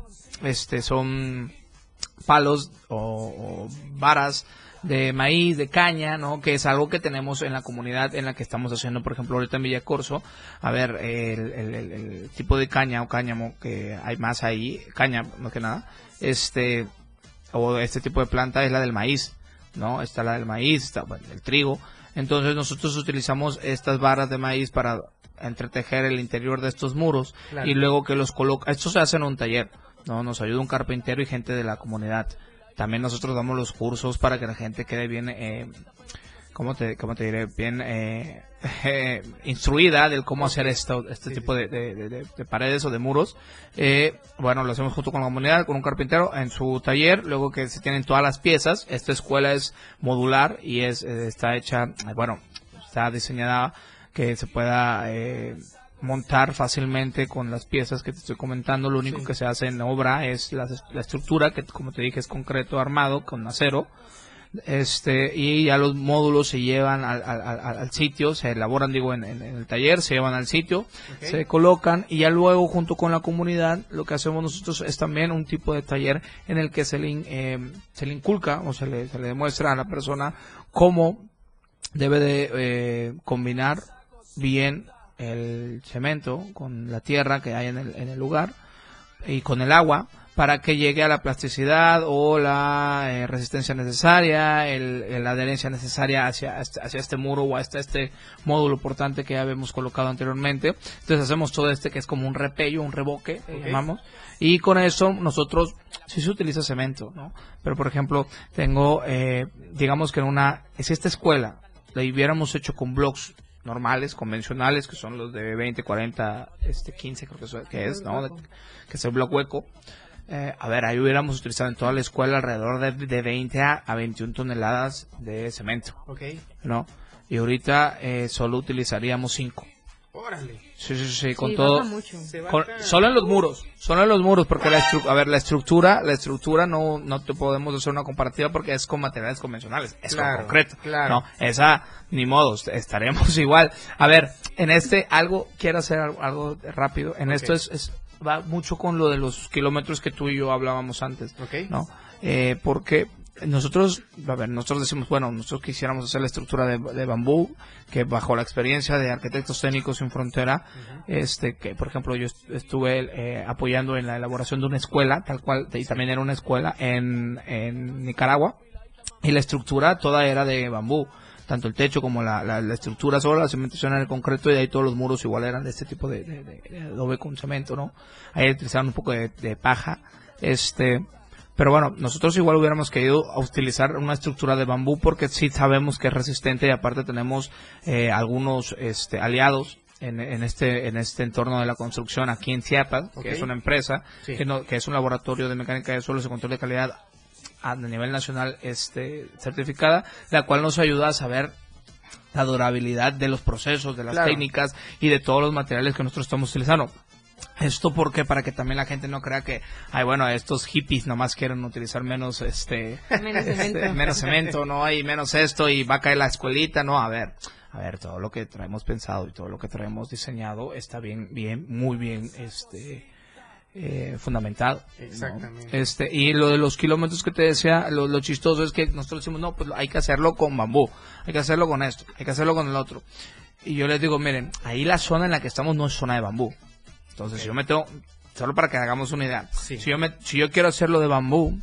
este son palos o, o varas de maíz, de caña, ¿no? Que es algo que tenemos en la comunidad en la que estamos haciendo, por ejemplo, ahorita en Villacorso. A ver, el, el, el, el tipo de caña o cáñamo que hay más ahí, caña, más que nada, este, o este tipo de planta es la del maíz, ¿no? Está la del maíz, está bueno, el trigo. Entonces nosotros utilizamos estas varas de maíz para entretejer el interior de estos muros, claro. y luego que los coloca, esto se hace en un taller, ¿no? Nos ayuda un carpintero y gente de la comunidad. También nosotros damos los cursos para que la gente quede bien, eh, ¿cómo te, cómo te diré? Bien eh, eh, instruida del cómo hacer esto, este sí, tipo sí. De, de, de, de paredes o de muros. Eh, bueno, lo hacemos junto con la comunidad, con un carpintero en su taller. Luego que se tienen todas las piezas. Esta escuela es modular y es eh, está hecha, bueno, está diseñada que se pueda eh, montar fácilmente con las piezas que te estoy comentando. Lo único sí. que se hace en obra es la, la estructura, que como te dije es concreto armado con acero, este y ya los módulos se llevan al, al, al, al sitio, se elaboran digo en, en, en el taller, se llevan al sitio, okay. se colocan y ya luego junto con la comunidad lo que hacemos nosotros es también un tipo de taller en el que se le, eh, se le inculca o se le, se le demuestra a la persona cómo debe de eh, combinar bien el cemento con la tierra que hay en el, en el lugar y con el agua para que llegue a la plasticidad o la eh, resistencia necesaria, el, el, la adherencia necesaria hacia, hacia este muro o hasta este módulo portante que ya habíamos colocado anteriormente. Entonces hacemos todo este que es como un repello, un revoque, okay. llamamos, y con eso nosotros sí se utiliza cemento, ¿no? Pero por ejemplo tengo, eh, digamos que en una, si esta escuela la hubiéramos hecho con blocks normales, convencionales, que son los de veinte, cuarenta, este, quince, creo que, eso, que es, ¿no? De, que es el bloque hueco. Eh, a ver, ahí hubiéramos utilizado en toda la escuela alrededor de, de veinte a veintiuna toneladas de cemento. Ok. ¿No? Y ahorita eh, solo utilizaríamos cinco. Órale. Sí, sí, sí, con sí, todo. baja mucho. Con, solo en los muros, solo en los muros, porque la estru a ver, la estructura, la estructura no, no te podemos hacer una comparativa porque es con materiales convencionales, es claro, con concreto. Claro. No, esa, ni modo, estaremos igual. A ver, en este, algo, quiero hacer algo, algo rápido, en okay. esto es, es, va mucho con lo de los kilómetros que tú y yo hablábamos antes, okay. ¿no? Eh, porque nosotros, a ver, nosotros decimos, bueno, nosotros quisiéramos hacer la estructura de, de bambú, que bajo la experiencia de Arquitectos Técnicos Sin Frontera, uh-huh. este, que por ejemplo yo estuve eh, apoyando en la elaboración de una escuela, tal cual, y también era una escuela en, en Nicaragua, y la estructura toda era de bambú. Tanto el techo como la, la, la estructura sola, la cimentación en el concreto, y de ahí todos los muros igual eran de este tipo de, de, de, de adobe con cemento, ¿no? Ahí utilizaron un poco de, de paja, este, pero bueno, nosotros igual hubiéramos querido utilizar una estructura de bambú porque sí sabemos que es resistente y aparte tenemos eh, algunos este, aliados en, en este en este entorno de la construcción aquí en Chiapas, okay. que es una empresa, sí. que, no, que es un laboratorio de mecánica de suelos y control de calidad a nivel nacional este certificada, la cual nos ayuda a saber la durabilidad de los procesos, de las claro. técnicas y de todos los materiales que nosotros estamos utilizando. Esto porque para que también la gente no crea que, ay bueno, estos hippies nomás quieren utilizar menos este menos cemento, este, menos cemento, no, y menos esto y va a caer la escuelita, no, a ver, a ver, todo lo que traemos pensado y todo lo que traemos diseñado está bien, bien, muy bien, este Eh, fundamentado. Exactamente. ¿no? Este, y lo de los kilómetros que te decía, lo, lo chistoso es que nosotros decimos, no, pues hay que hacerlo con bambú, hay que hacerlo con esto, hay que hacerlo con el otro. Y yo les digo, miren, ahí la zona en la que estamos no es zona de bambú. Entonces, okay. si yo me tengo, solo para que hagamos una idea, sí. si yo me, si yo quiero hacerlo de bambú,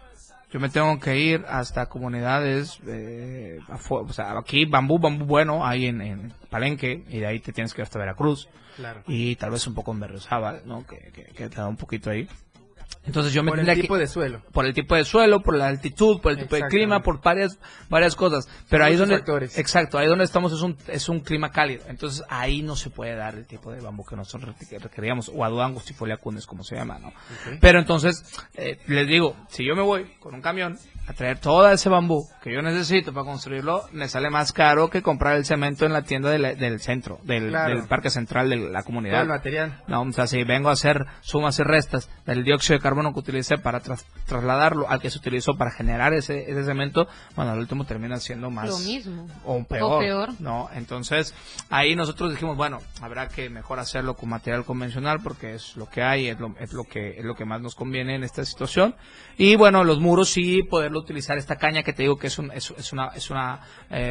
yo me tengo que ir hasta comunidades, eh, o sea, aquí bambú, bambú bueno, hay en, en Palenque, y de ahí te tienes que ir hasta Veracruz. Claro. Y tal vez un poco en Berriozábal, ¿no? Que, que, que te da un poquito ahí. Entonces yo me por el tipo que, de suelo. Por el tipo de suelo, por la altitud, por el tipo de clima, por varias varias cosas. Pero ahí donde factores. Exacto, ahí donde estamos es un es un clima cálido. Entonces ahí no se puede dar el tipo de bambú que nosotros requeríamos, o Aduan Angustifolia cunes, como se llama, ¿no? Okay. Pero entonces eh, les digo, si yo me voy con un camión a traer todo ese bambú que yo necesito para construirlo, me sale más caro que comprar el cemento en la tienda de la, del centro, del, claro. del parque central de la comunidad. Todo el material. No, o sea, si vengo a hacer sumas y restas del dióxido de carbono que utilicé para tras, trasladarlo al que se utilizó para generar ese, ese cemento, bueno, al último termina siendo más... Lo mismo. O peor. O peor. No, entonces, ahí nosotros dijimos, bueno, habrá que mejor hacerlo con material convencional porque es lo que hay, es lo, es lo que es lo que más nos conviene en esta situación. Y bueno, los muros sí poderlo utilizar esta caña que te digo que es un es, es una es una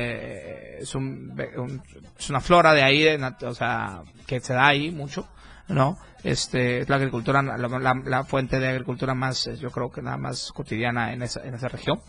eh, es un, un es una flora de ahí, de, o sea, que se da ahí mucho, ¿no? Este es la agricultura, la, la, la fuente de agricultura más, yo creo que nada más cotidiana en esa en esa región.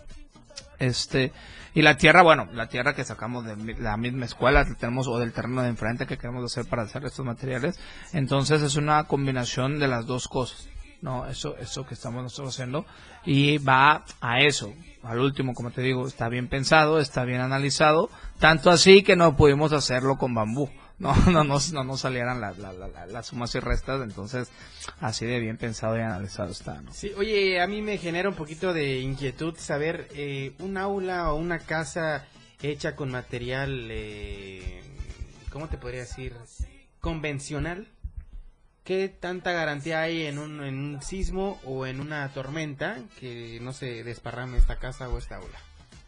Este y la tierra, bueno, la tierra que sacamos de la misma escuela que tenemos o del terreno de enfrente que queremos hacer para hacer estos materiales. Entonces es una combinación de las dos cosas. No, eso eso que estamos nosotros haciendo y va a eso. Al último, como te digo, está bien pensado, está bien analizado, tanto así que no pudimos hacerlo con bambú. No, no nos no nos salieran las la, la, la, las sumas y restas, entonces así de bien pensado y analizado está, ¿no? Sí, oye, a mí me genera un poquito de inquietud saber eh, un aula o una casa hecha con material, eh, ¿cómo te podría decir? Convencional. ¿Qué tanta garantía hay en un, en un sismo o en una tormenta que no se desparrame esta casa o esta aula?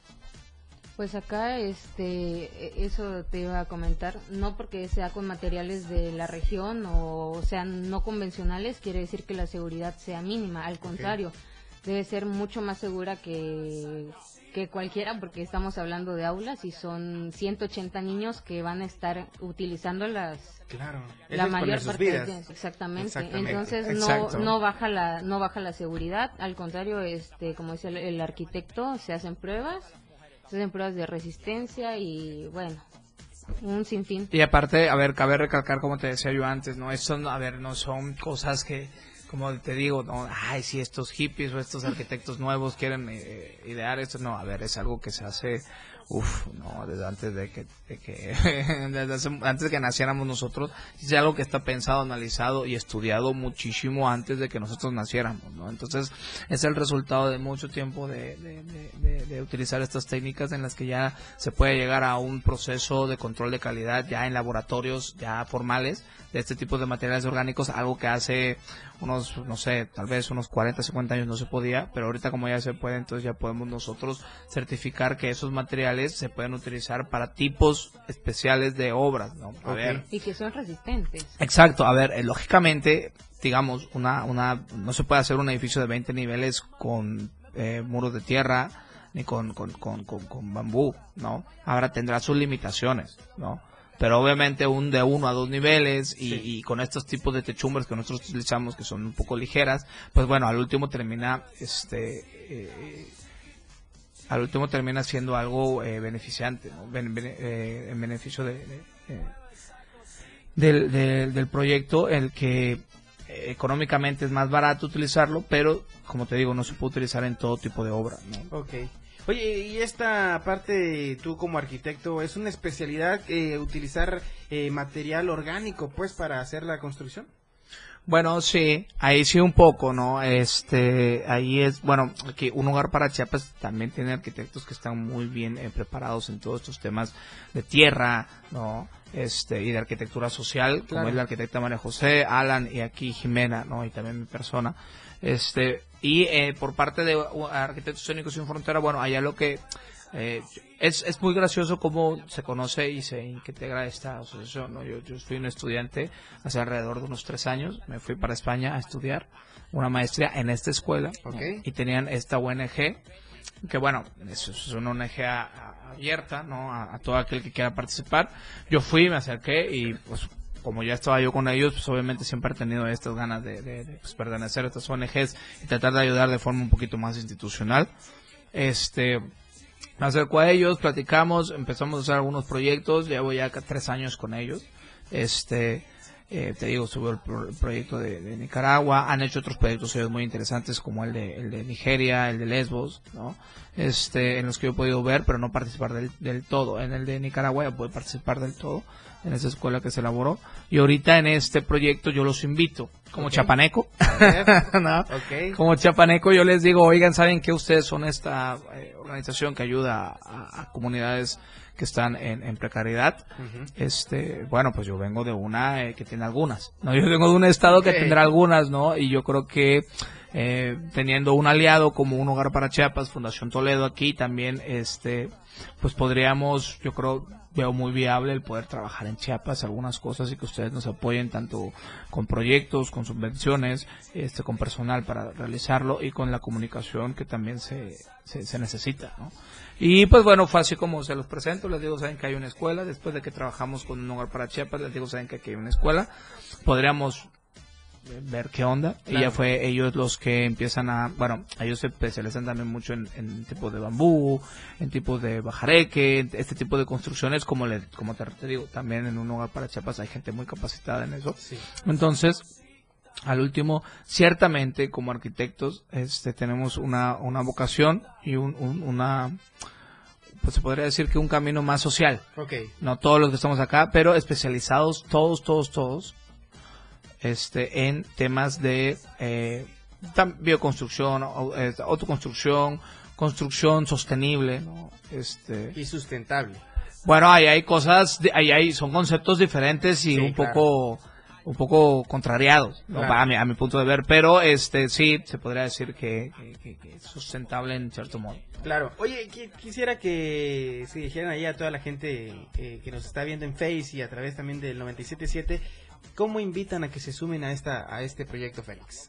Pues acá, este, eso te iba a comentar, no porque sea con materiales de la región o sean no convencionales, quiere decir que la seguridad sea mínima, al contrario, okay. debe ser mucho más segura que, que cualquiera, porque estamos hablando de aulas y son ciento ochenta niños que van a estar utilizando las... Claro, la mayor parte de ellas, exactamente. exactamente. Entonces no no baja la no baja la seguridad, al contrario, este como dice el, el arquitecto, se hacen pruebas, se hacen pruebas de resistencia y bueno, un sinfín. Y aparte, a ver, cabe recalcar como te decía yo antes, no eso, a ver, no son cosas que como te digo, no, ay, si estos hippies o estos arquitectos nuevos quieren eh, idear esto, no, a ver, es algo que se hace, uff, no, desde antes de que, de que desde hace, antes de que naciéramos nosotros, es algo que está pensado, analizado y estudiado muchísimo antes de que nosotros naciéramos, ¿no? Entonces, es el resultado de mucho tiempo de, de, de, de, de utilizar estas técnicas en las que ya se puede llegar a un proceso de control de calidad ya en laboratorios ya formales de este tipo de materiales orgánicos, algo que hace unos, no sé, tal vez unos cuarenta, cincuenta años no se podía, pero ahorita como ya se puede, entonces ya podemos nosotros certificar que esos materiales se pueden utilizar para tipos especiales de obras, ¿no? A okay. ver. Y que son resistentes. Exacto, a ver, eh, lógicamente, digamos, una, una, no se puede hacer un edificio de veinte niveles con eh, muros de tierra, ni con, con, con, con, con bambú, ¿no? Ahora tendrá sus limitaciones, ¿no? Pero obviamente un de uno a dos niveles y, sí. y con estos tipos de techumbres que nosotros utilizamos que son un poco ligeras, pues bueno, al último termina este eh, al último termina siendo algo eh, beneficiante, ¿no? Ben, ben, eh, en beneficio de, de, eh, del, de, del proyecto, el que eh, económicamente es más barato utilizarlo, pero como te digo, no se puede utilizar en todo tipo de obra, ¿no? Okay. Oye, y esta parte, tú como arquitecto, ¿es una especialidad eh, utilizar eh, material orgánico, pues, para hacer la construcción? Bueno, sí, ahí sí un poco, ¿no? Este, ahí es, bueno, que un hogar para Chiapas también tiene arquitectos que están muy bien eh, preparados en todos estos temas de tierra, ¿no? Este, y de arquitectura social, claro. Como es la arquitecta María José, Alan y aquí Jimena, ¿no? Y también mi persona. Este, y eh, por parte de uh, Arquitectos Únicos Sin Frontera, bueno, allá lo que eh, es, es muy gracioso cómo se conoce y se integra esta asociación, ¿no? Yo, yo fui un estudiante hace alrededor de unos tres años, me fui para España a estudiar una maestría en esta escuela, okay. ¿no? Y tenían esta O N G, que bueno, es, es una O N G a, a, abierta, ¿no? A, a todo aquel que quiera participar. Yo fui, me acerqué y pues como ya estaba yo con ellos, pues obviamente siempre he tenido estas ganas de, de, de pues, pertenecer a estas O N Ges y tratar de ayudar de forma un poquito más institucional. Este, me acerco a ellos, platicamos, empezamos a hacer algunos proyectos, llevo ya tres años con ellos. Este, eh, te digo, subió el, pro, el proyecto de, de Nicaragua, han hecho otros proyectos ellos muy interesantes como el de, el de Nigeria, el de Lesbos, ¿no? Este, en los que yo he podido ver, pero no participar del, del todo. En el de Nicaragua ya pude participar del todo, en esa escuela que se elaboró. Y ahorita en este proyecto yo los invito, como okay. chapaneco, ¿no? Okay. Como chapaneco yo les digo, oigan, ¿saben que ustedes son esta eh, organización que ayuda a, a comunidades que están en, en precariedad? Uh-huh. Este, bueno, pues yo vengo de una eh, que tiene algunas, ¿no? Yo vengo de un estado okay. que tendrá algunas, ¿no? Y yo creo que Eh, teniendo un aliado como Un Hogar para Chiapas, Fundación Toledo aquí también, este, pues podríamos, yo creo, veo muy viable el poder trabajar en Chiapas algunas cosas y que ustedes nos apoyen tanto con proyectos, con subvenciones, este, con personal para realizarlo y con la comunicación que también se, se, se necesita, ¿no? Y pues bueno, fue así como se los presento, les digo, saben que hay una escuela, después de que trabajamos con Un Hogar para Chiapas, les digo, saben que aquí hay una escuela, podríamos ver qué onda, claro. Y ya fue ellos los que empiezan a, bueno, ellos se especializan también mucho en, en tipos de bambú, en tipos de bajareque, este tipo de construcciones, como le, como te, te digo, también en Un Hogar para Chiapas hay gente muy capacitada en eso, sí. Entonces, al último, ciertamente como arquitectos, este, tenemos una, una vocación y un, un, una, pues se podría decir que un camino más social, okay. No todos los que estamos acá, pero especializados todos, todos, todos, este en temas de eh, bioconstrucción, eh, autoconstrucción, construcción sostenible, ¿no? Este y sustentable. Bueno, ahí hay cosas, ahí hay son conceptos diferentes y sí, un claro. poco un poco contrariados, ¿no? Claro. a, mi, a mi punto de ver, pero este sí se podría decir que, que, que es sustentable en cierto modo. Claro. Oye, quisiera que se dijeran ahí a toda la gente eh, que nos está viendo en Face y a través también del noventa y siete punto siete, ¿cómo invitan a que se sumen a esta a este proyecto Fénix?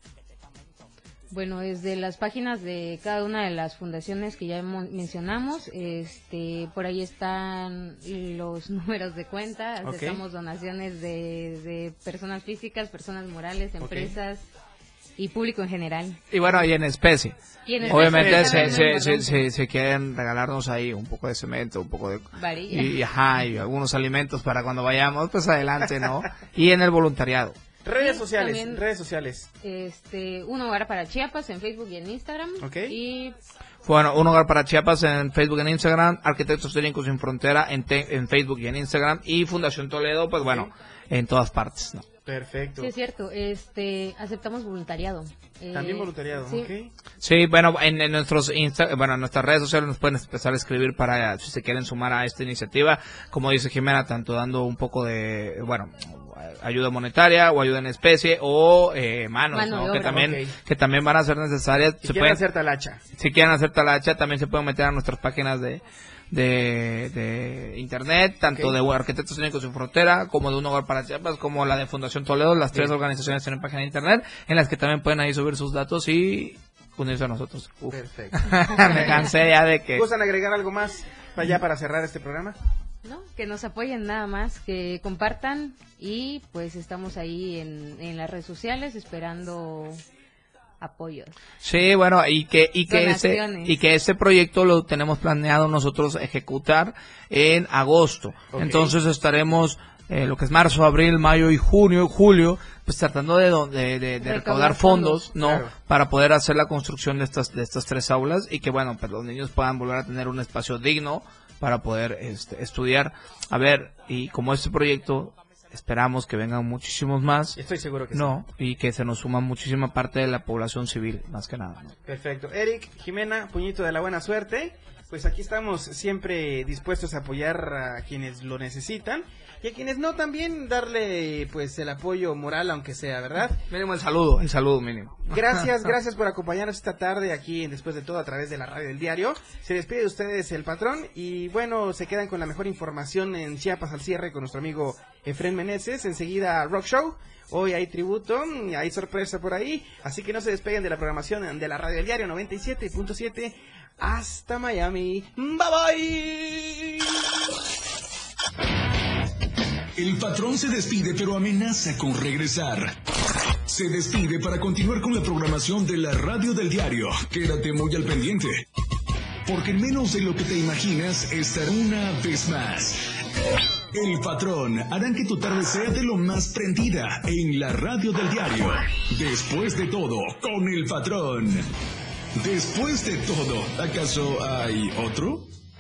Bueno, desde las páginas de cada una de las fundaciones que ya mencionamos, este, por ahí están los números de cuenta, okay. Aceptamos donaciones de, de personas físicas, personas morales, empresas, okay. Y público en general. Y bueno, y en especie. Y en obviamente especie, se, se, se, se, se quieren regalarnos ahí un poco de cemento, un poco de varilla. Y, ajá, y algunos alimentos para cuando vayamos, pues adelante, ¿no? Y en el voluntariado. Redes sociales, también, redes sociales. Este, Un Hogar para Chiapas en Facebook y en Instagram. Okay. Y bueno, Un Hogar para Chiapas en Facebook y en Instagram, Arquitectos Únicos Sin Frontera en, te, en Facebook y en Instagram, y Fundación Toledo, pues bueno, okay. En todas partes, ¿no? Perfecto. Sí, es cierto, este, aceptamos voluntariado. También eh, voluntariado, sí. Okay. Sí, bueno, en, en nuestros Insta, bueno, en nuestras redes sociales nos pueden empezar a escribir para si se quieren sumar a esta iniciativa, como dice Jimena, tanto dando un poco de, bueno, ayuda monetaria o ayuda en especie o eh, manos, Mano ¿no? Que también okay. que también van a ser necesarias. Si se quieren pueden hacer talacha. Si quieren hacer talacha, también se pueden meter a nuestras páginas de de, de internet, tanto okay. de Arquitectos Únicos Sin Frontera, como de Un Hogar para Chiapas, como la de Fundación Toledo. Las tres sí. organizaciones tienen página de internet en las que también pueden ahí subir sus datos y unirse a nosotros. Uf. Perfecto. Me cansé ya de que... ¿Gustan agregar algo más para ya para cerrar este programa? No, que nos apoyen nada más, que compartan y pues estamos ahí en, en las redes sociales esperando apoyos. Sí, bueno, y que y que este Donaciones. y que este proyecto lo tenemos planeado nosotros ejecutar en agosto. Ok. Entonces estaremos eh, lo que es marzo, abril, mayo y junio, julio, pues tratando de de, de, de Recaudar recaudar fondos, fondos, ¿no? claro. Para poder hacer la construcción de estas de estas tres aulas y que bueno, pues los niños puedan volver a tener un espacio digno para poder este, estudiar. A ver, y como este proyecto esperamos que vengan muchísimos más. Estoy seguro que No, y que se nos suma muchísima parte de la población civil, más que nada, ¿no? Perfecto. Eric, Jimena, puñito de la buena suerte. Pues aquí estamos siempre dispuestos a apoyar a quienes lo necesitan y a quienes no también darle pues el apoyo moral aunque sea, ¿verdad? Mínimo el saludo, el saludo mínimo. Gracias, gracias por acompañarnos esta tarde aquí en Después de Todo a través de la radio del diario. Se despide de ustedes el patrón y bueno, se quedan con la mejor información en Chiapas al cierre con nuestro amigo Efren Meneses. Enseguida Rock Show. Hoy hay tributo, hay sorpresa por ahí, así que no se despeguen de la programación de la radio del diario noventa y siete punto siete hasta Miami. Bye bye. El patrón se despide pero amenaza con regresar. Se despide para continuar con la programación de la radio del diario. Quédate muy al pendiente, porque en menos de lo que te imaginas estará una vez más. El patrón harán que tu tarde sea de lo más prendida en la radio del diario. Después de todo, con el patrón. Después de todo, ¿acaso hay otro?